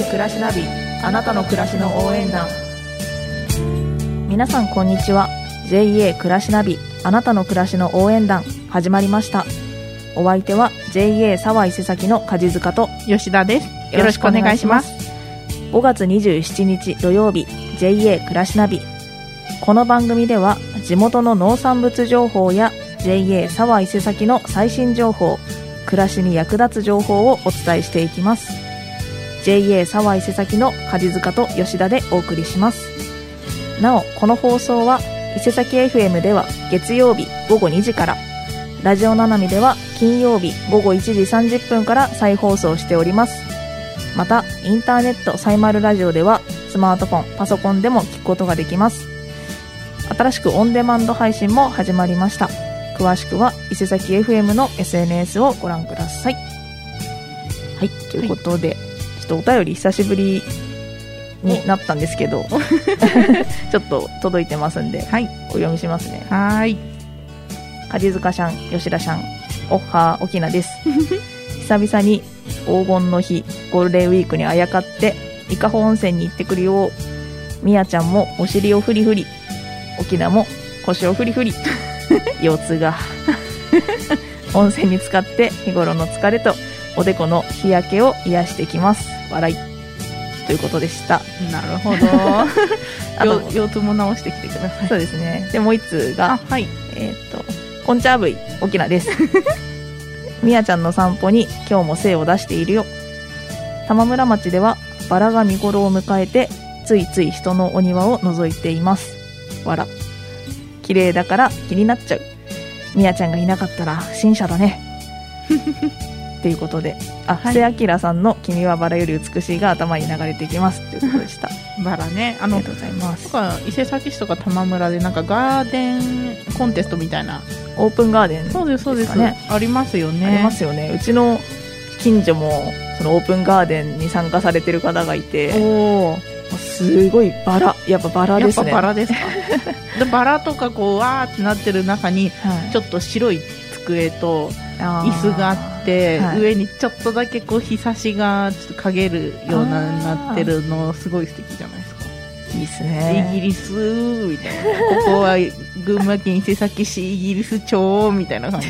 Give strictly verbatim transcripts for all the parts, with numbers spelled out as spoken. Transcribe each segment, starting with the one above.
暮らしナビ、あなたの暮らしの応援団。皆さんこんにちは。 ジェイエー 暮らしナビ、あなたの暮らしの応援団始まりました。お相手は ジェイエー 沢伊勢崎の梶塚と吉田です。よろしくお願いします。 ごがつにじゅうしちにち土曜日、 ジェイエー 暮らしナビ。この番組では地元の農産物情報や ジェイエー 沢伊勢崎の最新情報、暮らしに役立つ情報をお伝えしていきます。 ジェイエー 沢伊勢崎の梶塚と吉田でお送りします。なおこの放送は伊勢崎 エフエム では月曜日ごごにじから、ラジオななみでは金曜日ごごいちじさんじゅっぷんから再放送しております。またインターネットサイマルラジオではスマートフォン、パソコンでも聞くことができます。新しくオンデマンド配信も始まりました。詳しくは伊勢崎 エフエム の エスエヌエス をご覧ください。はい、ということで、はい、ちょっとお便り久しぶりになったんですけどちょっと届いてますんで、はい、お読みしますね。 はい、 梶塚さん、吉田さん、おっはー、おきなです久々に黄金の日ゴールデンウィークにあやかって伊香保温泉に行ってくるよ。みやちゃんもお尻をフリフリ、おきなも腰をフリフリ腰痛が温泉に浸かって日頃の疲れとおでこの日焼けを癒してきます。笑いということでした。 なるほど腰痛も直してきてください。 そうですね。でもう一通が、 はい、 えっとこんちゃあぶいおきなですみやちゃんの散歩に今日も精を出しているよ。玉村町ではバラが見頃を迎えてついつい人のお庭を覗いています。わら、綺麗だから気になっちゃう。みやちゃんがいなかったら不審者だねということで、あ、はい、布施明さんの君はバラより美しいが頭に流れてきますということでしたバラね、あの、 ありがとうございます。 とか伊勢崎市とか玉村でなんかガーデンコンテストみたいな、 オープンガーデンですかね。 そうですそうです、ありますよね。 ありますよね。うちの近所もそのオープンガーデンに参加されてる方がいて、 おすごいバラ、やっぱバラですね。 やっぱバラですかでバラとかこうわーってなってる中に、はい、ちょっと白い机と椅子があって、はい、上にちょっとだけこう日差しがちょっと陰るようななってるのすごい素敵じゃないですか。 いいですね。 イギリスみたいなここは群馬県伊勢崎市イギリス町みたいな感じ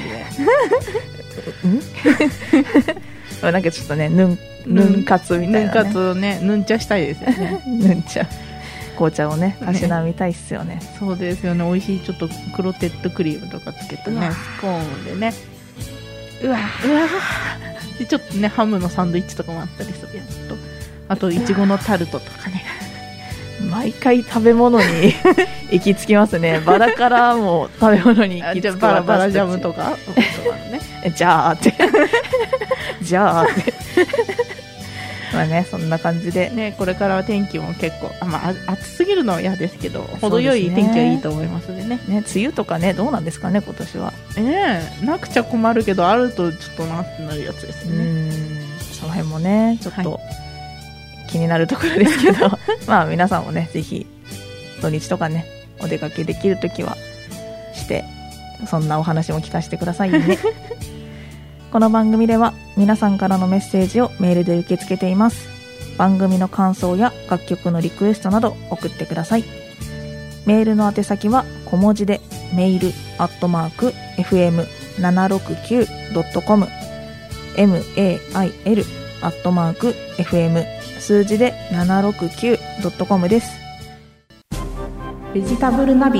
でんなんかちょっとね、ヌンヌン活みたいな、ね、 ヌン活をね、ヌン茶したいですよねヌン茶、紅茶をね、たしなみたいっすよね。 そうですよね。美味しいちょっとクロテッドクリームとかつけてね、スコーンでね、うわうわでちょっとねハムのサンドイッチとかもあったりするやつと、あといちごのタルトとかね毎回食べ物に行き着きますね。バラからも食べ物に行き着く。 バラバラジャムとかね、じゃあってじゃあってまあね、そんな感じで、 ね、これからは天気も結構、あ、まあ、暑すぎるのは嫌ですけど、程よい天気はいいと思いますのでね。 ね、梅雨とかね、どうなんですかね今年は。 ね、なくちゃ困るけどあるとちょっとなってなるやつですよね。 うん、その辺もねちょっと、はい、気になるところですけどまあ皆さんもねぜひ土日とかねお出かけできるときはしてそんなお話も聞かせてくださいねこの番組では皆さんからのメッセージをメールで受け付けています。番組の感想や楽曲のリクエストなど送ってください。メールの宛先は小文字でメールアットマーク エフエムななろくきゅうドットコム メール アットマーク エフエム 数字でななろくきゅうドットコム です。ベジタブルナビ、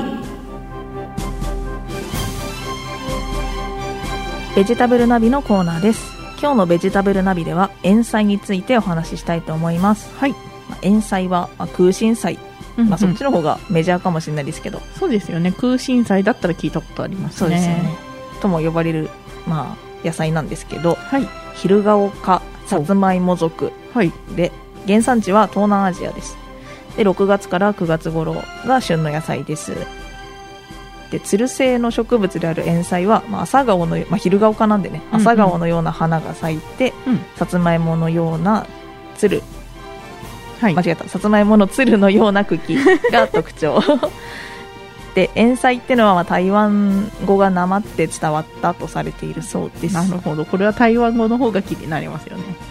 ベジタブルナビのコーナーです。今日のベジタブルナビでは塩菜についてお話ししたいと思います。 はい、 まあ、塩菜は、まあ、空心菜、うんうん、まあ、そっちの方がメジャーかもしれないですけど、 そうですよね。空心菜だったら聞いたことありますね。 そうですよね。とも呼ばれる、まあ、野菜なんですけど、 はい、 昼顔科さつまいも属、はい、で原産地は東南アジアです。でろくがつからくがつ頃が旬の野菜です。でつる性の植物である塩菜は、まあ、朝顔の、まあ、昼顔科なんでね、うんうん、朝顔のような花が咲いて、うん、さつまいものようなつる、はい、間違えた、さつまいものつるのような茎が特徴で塩菜っていうのは、まあ、台湾語がなまって伝わったとされているそうです。 なるほど、これは台湾語の方が気になりますよね。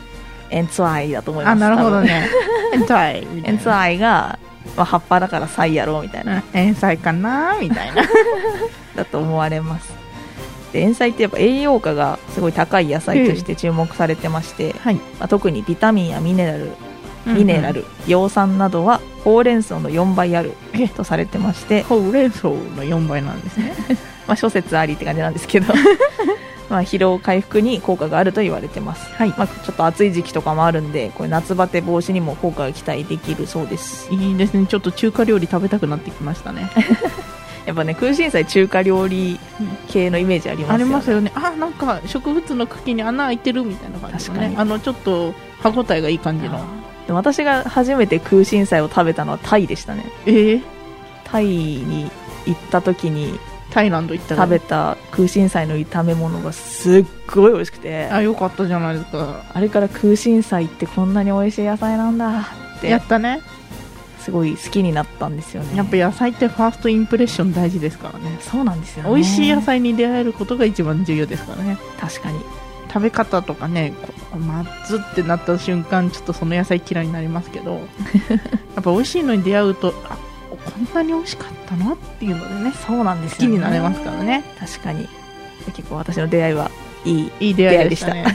エンツワイだと思います。 あ、なるほどね。エンツワイエンツワイが、まあ、葉っぱだからサイやろうみたいな、 エンサイかなみたいなだと思われます。で、エンサイってやっぱ栄養価がすごい高い野菜として注目されてまして、 はい、 まあ、特にビタミンやミネラルミネラル、うんうん、葉酸などはほうれん草のよんばいあるとされてまして、 ほうれん草のよんばいなんですねまあ諸説ありって感じなんですけどまあ疲労回復に効果があると言われてます、はい。まあ、ちょっと暑い時期とかもあるんで、これ夏バテ防止にも効果が期待できるそうです。 いいですね。ちょっと中華料理食べたくなってきましたねやっぱね、空心菜中華料理系のイメージありますよね。 ありますよね。あ、なんか植物の茎に穴開いてるみたいな感じのね。あのちょっと歯ごたえがいい感じの。 で私が初めて空心菜を食べたのはタイでしたね。 えー、 タイに行った時にタイランド行った食べた空心菜の炒め物がすっごい美味しくて、 あ、よかったじゃないですか。 あれから空心菜ってこんなに美味しい野菜なんだってやったね。 すごい好きになったんですよね。 やっぱ野菜ってファーストインプレッション大事ですからね。 そうなんですよね。 美味しい野菜に出会えることが一番重要ですからね。 確かに。 食べ方とかね、まずってなった瞬間ちょっとその野菜嫌いになりますけどやっぱ美味しいのに出会うと、あ、こんなに美味しかったのっていうのでね、 そうなんですよね、 好きになれますからね。 確かに。結構私の出会いはいい、 いい出会いでしたね。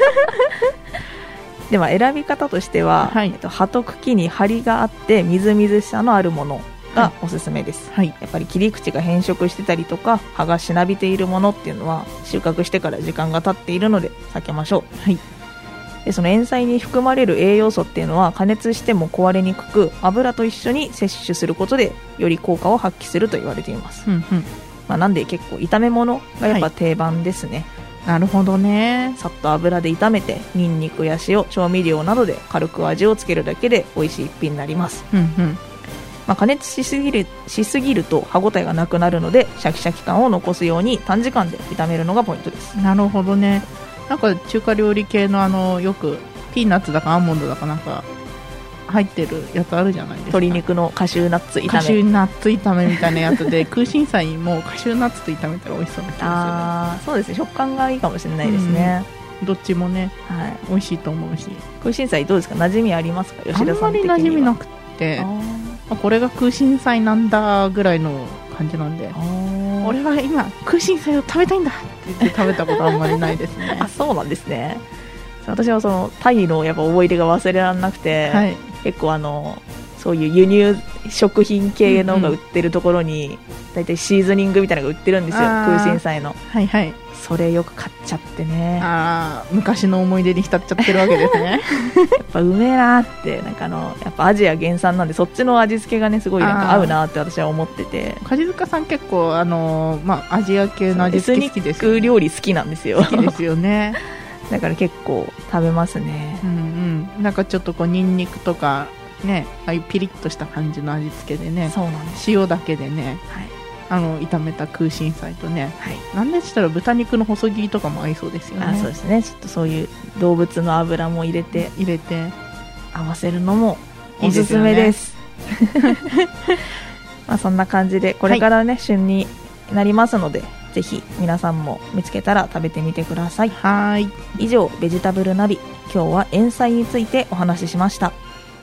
では選び方としては、はい、えっと、葉と茎に張りがあってみずみずしさのあるものがおすすめです、はい、やっぱり切り口が変色してたりとか葉がしなびているものっていうのは収穫してから時間が経っているので避けましょう、はい。でその塩菜に含まれる栄養素っていうのは加熱しても壊れにくく、油と一緒に摂取することでより効果を発揮すると言われています、うんうん。まあ、なんで結構炒め物がやっぱ定番ですね、 はい、なるほどね。 さっと油で炒めてニンニクや塩、調味料などで軽く味をつけるだけで美味しい一品になります、うんうん。まあ、加熱しすぎる、しすぎると歯ごたえがなくなるのでシャキシャキ感を残すように短時間で炒めるのがポイントです。 なるほどね。なんか中華料理系のあのよくピーナッツだかアーモンドだかなんか入ってるやつあるじゃないですか。 鶏肉のカシューナッツ炒め、 カシューナッツ炒めみたいなやつで空心菜もカシューナッツと炒めたら美味しそうな気がする。 ああ、そうですね。食感がいいかもしれないですね、 うん、どっちもね、はい、美味しいと思うし。空心菜どうですか、馴染みありますか、吉田さん的には。 あんまり馴染みなくて、あ、これが空心菜なんだぐらいの感じなんで、俺は今空心菜を食べたいんだって言って食べたことあんまりないですね。 あ、そうなんですね。私はそのタイのやっぱ思い出が忘れられなくて、はい、結構あのそういう輸入食品系のが売ってるところにだいたいシーズニングみたいなのが売ってるんですよ、空心菜の、はいはい、それよく買っちゃってね。 あ、昔の思い出に浸っちゃってるわけですね。 やっぱうめえなって、なんかあのやっぱアジア原産なんでそっちの味付けがねすごいなんか合うなって私は思ってて。 梶塚さん結構あの、まあ、アジア系の味付け好きですよね。 エスニック料理好きなんですよ。 好きですよね。 だから結構食べますね、うんうん。なんかちょっとこうニンニクとかね、ああいうピリッとした感じの味付けでね、 そうなんです。 塩だけでね、はい、あの炒めた空心菜とね、はい、なんでしたら豚肉の細切りとかも合いそうですよね。 あ、そうですね。ちょっとそういう動物の脂も入れて入れて合わせるのもおすすめです。いいですよね。まあそんな感じでこれからね、はい、旬になりますので、ぜひ皆さんも見つけたら食べてみてください。 はい。 以上、ベジタブルナビ、今日は塩菜についてお話ししました。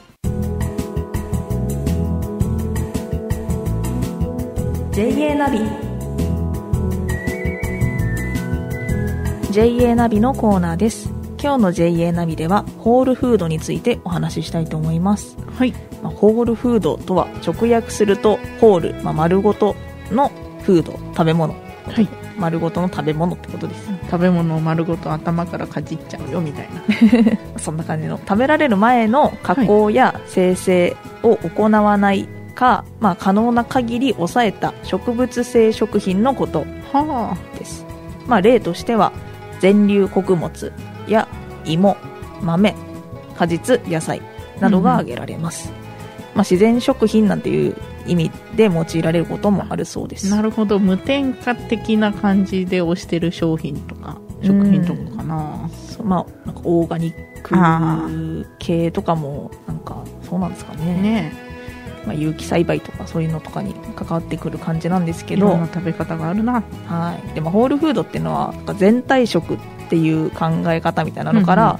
ジェイエー ナビ ジェイエー ナビのコーナーです。今日の ジェイエー ナビではホールフードについてお話ししたいと思います。 はい。 まあ、ホールフードとは直訳するとホール、まあ、丸ごとのフード、食べ物、はい、丸ごとの食べ物ってことです。 食べ物を丸ごと頭からかじっちゃうよみたいなそんな感じの、食べられる前の加工や生成を行わないか、まあ、可能な限り抑えた植物性食品のことです、はあ。まあ、例としては全粒穀物や芋、豆、果実、野菜などが挙げられます、うんうん。まあ、自然食品なんていう意味で用いられることもあるそうです。 なるほど。無添加的な感じで推してる商品とか食品とかかな。 そう、まあ、なんかオーガニック系とかもなんかそうなんですかね。ね、まあ、有機栽培とかそういうのとかに関わってくる感じなんですけど、いろんな食べ方があるな。 はい。でもホールフードっていうのは全体食っていう考え方みたいなのから、うんうん、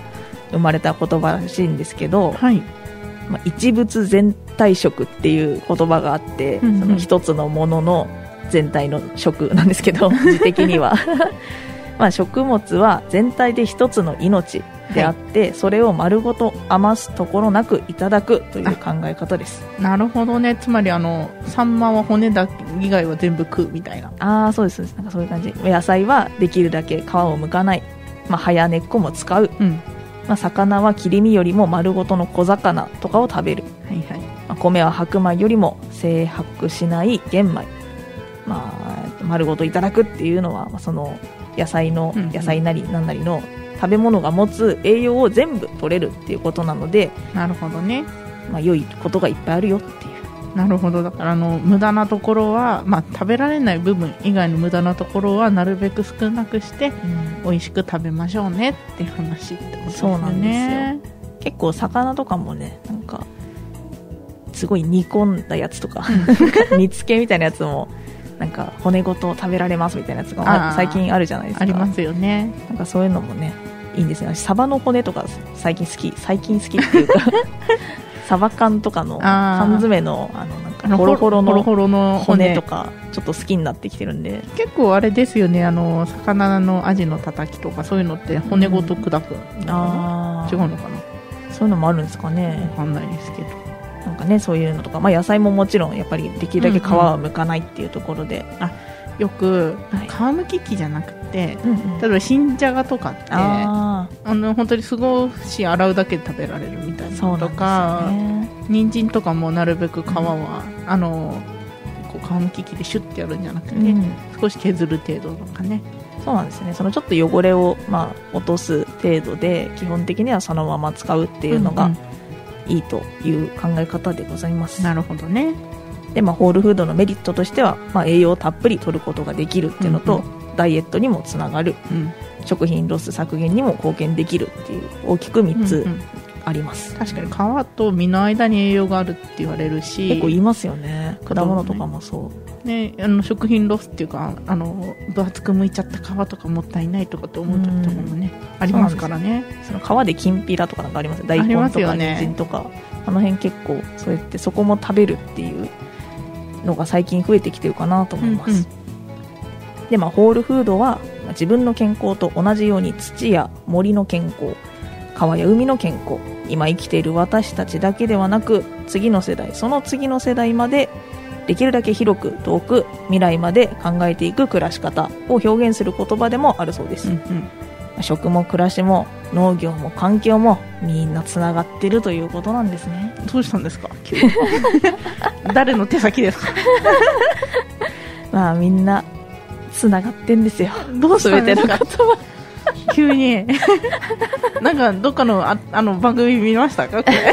生まれた言葉らしいんですけど、 はい、 まあ、一物全体食っていう言葉があって、うんうん、その一つのものの全体の食なんですけど字的にはまあ食物は全体で一つの命であって、はい、それを丸ごと余すところなくいただくという考え方です。 なるほどね。つまりあのサンマは骨だ以外は全部食うみたいな。 ああ、そうです。なんかそういう感じ。野菜はできるだけ皮を剥かない、まあ、葉や根っこも使う、うん、まあ、魚は切り身よりも丸ごとの小魚とかを食べる、はいはい、まあ、米は白米よりも精白しない玄米、まあ、丸ごといただくっていうのは、まあ、その野菜の、うんうん、野菜なり何なりの食べ物が持つ栄養を全部取れるっていうことなので、 なるほどね、 まあ、良いことがいっぱいあるよっていう。 なるほど。だからあの無駄なところは、まあ、食べられない部分以外の無駄なところはなるべく少なくして、うん、美味しく食べましょうねっていう話ってことですよね。 そうなんですよ。結構魚とかもね、なんかすごい煮込んだやつとか、うん、煮付けみたいなやつもなんか骨ごと食べられますみたいなやつが最近あるじゃないですか。 ありますよね。 なんかそういうのもねいいんですよ。サバの骨とか最近好き最近好きっていうかサバ缶とかの缶詰のあのなんかホロホロの骨とかちょっと好きになってきてるんで、 結構あれですよね、あの魚のアジのたたきとかそういうのって骨ごと砕く、うん、あ違うのかな。 そういうのもあるんですかね。 わかんないですけど、 なんかね、そういうのとか、まあ、野菜ももちろんやっぱりできるだけ皮は剥かないっていうところで、うんうん、 あよく皮むき器じゃなくて、はい、例えば新じゃがとかってああの本当に少し洗うだけで食べられるみたいなのとか、ね、人参とかもなるべく皮は、うん、あのこう皮むき器でシュッてやるんじゃなくて、うん、少し削る程度とかね。 そうなんですね。そのちょっと汚れを、まあ、落とす程度で基本的にはそのまま使うっていうのが、うんうんいいという考え方でございます。 なるほどね。 で、まあ、ホールフードのメリットとしては、まあ、栄養をたっぷり取ることができるっていうのと、うんうん、ダイエットにもつながる、うん、食品ロス削減にも貢献できるっていう大きくみっつあります、うんうん、 確かに皮と実の間に栄養があるって言われるし、 結構言いますよね。果物とかもそう、 ね、あの食品ロスっていうか、あの分厚く剥いちゃった皮とかもったいないとかって思うところもね、うん、ありますからね。 その皮できんぴらとかなんかありますよ。大根とか人参とか あ,、ね、あの辺結構そうやってそこも食べるっていうのが最近増えてきてるかなと思います、うんうん、で、まあ、ホールフードは自分の健康と同じように土や森の健康、川や海の健康、今生きている私たちだけではなく次の世代、その次の世代までできるだけ広く遠く未来まで考えていく暮らし方を表現する言葉でもあるそうです、うんうん、食も暮らしも農業も環境もみんなつながってるということなんですね。 どうしたんですか急に誰の手先ですかまあみんなつながってんですよ。 どうしたんですか急になんかどっかの あ, あの番組見ましたかこれ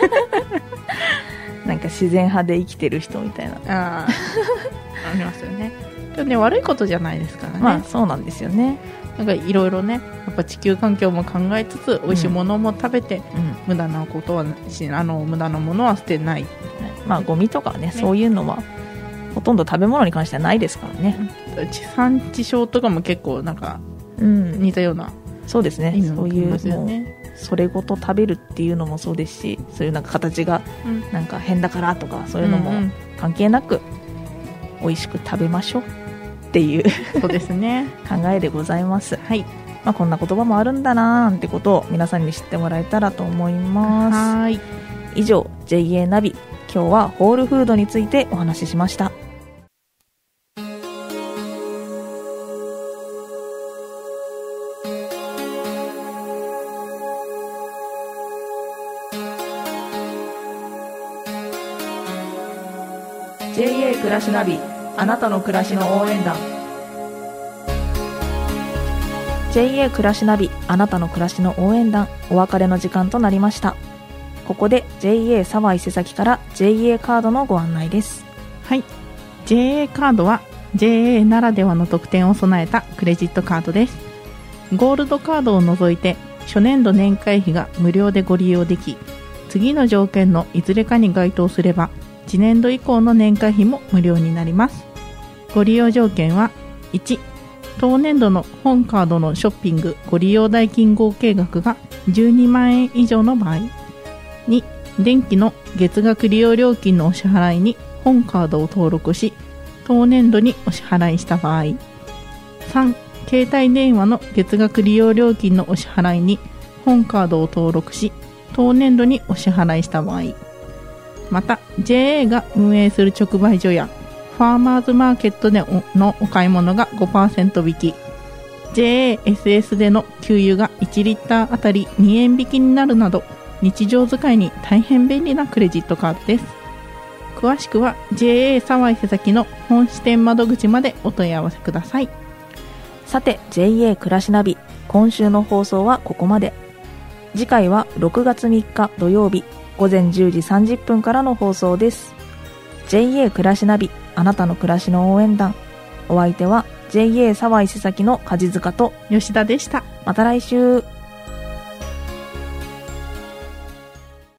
なんか自然派で生きてる人みたいな あ, ありますよね。でもね、悪いことじゃないですからね。 まあそうなんですよね。 なんかいろいろね、やっぱ地球環境も考えつつ、美味しいものも食べて、うん、無駄なことはしあの無駄なものは捨てない、 まあゴミとか ね, ねそういうのはほとんど食べ物に関してはないですからね。 地産地消とかも結構なんか、うん、似たような、 そうですね。そういうもうそれごと食べるっていうのもそうですし、そういうなんか形がなんか変だからとか、そういうのも関係なく美味しく食べましょうっていうそうですね考えでございます。 はい。 まあ、こんな言葉もあるんだなーなんてことを皆さんに知ってもらえたらと思います。 はい。 以上 ジェイエー ナビ、今日はホールフードについてお話ししました。ジェイエー 暮らしナビ、あなたの暮らしの応援団。 ジェイエー 暮らしナビ、あなたの暮らしの応援団、お別れの時間となりました。ここで ジェイエー 沢伊勢崎から ジェイエー カードのご案内です。 はい、 ジェイエー カードは ジェイエー ならではの特典を備えたクレジットカードです。ゴールドカードを除いて初年度年会費が無料でご利用でき、次の条件のいずれかに該当すれば次年度以降の年会費も無料になります。ご利用条件は、いち、 当年度の本カードのショッピングご利用代金合計額がじゅうにまんえん以上の場合。に、電気の月額利用料金のお支払いに本カードを登録し、当年度にお支払いした場合。さん、携帯電話の月額利用料金のお支払いに本カードを登録し、当年度にお支払いした場合。また ジェーエー が運営する直売所やファーマーズマーケットでのお買い物が ごパーセント 引き、 ジェーエーエスエス での給油がいちリッターあたりにえん引きになるなど、日常使いに大変便利なクレジットカードです。詳しくは ジェーエー 沢伊勢崎の本支店窓口までお問い合わせください。 さて ジェイエー 暮らしナビ、今週の放送はここまで。次回はろくがつみっか土曜日ごぜんじゅうじさんじゅっぷんからの放送です。 ジェイエー 暮らしナビ、あなたの暮らしの応援団。お相手は ジェイエー 沢伊勢崎の梶塚と吉田でした。 また来週。